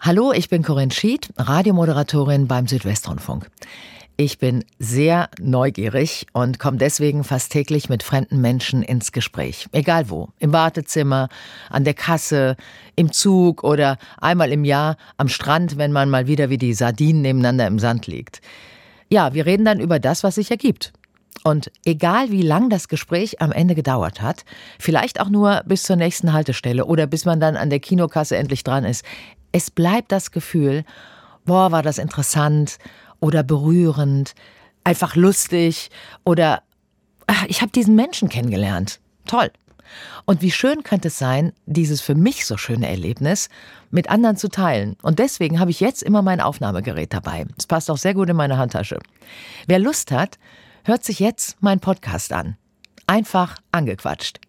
Hallo, ich bin Corinne Schied, Radiomoderatorin beim Südwestrundfunk. Ich bin sehr neugierig und komme deswegen fast täglich mit fremden Menschen ins Gespräch. Egal wo, im Wartezimmer, an der Kasse, im Zug oder einmal im Jahr am Strand, wenn man mal wieder wie die Sardinen nebeneinander im Sand liegt. Ja, wir reden dann über das, was sich ergibt. Und egal wie lang das Gespräch am Ende gedauert hat, vielleicht auch nur bis zur nächsten Haltestelle oder bis man dann an der Kinokasse endlich dran ist, es bleibt das Gefühl, boah, war das interessant oder berührend, einfach lustig oder ich habe diesen Menschen kennengelernt. Toll. Und wie schön könnte es sein, dieses für mich so schöne Erlebnis mit anderen zu teilen. Und deswegen habe ich jetzt immer mein Aufnahmegerät dabei. Es passt auch sehr gut in meine Handtasche. Wer Lust hat, hört sich jetzt meinen Podcast an. Einfach angequatscht.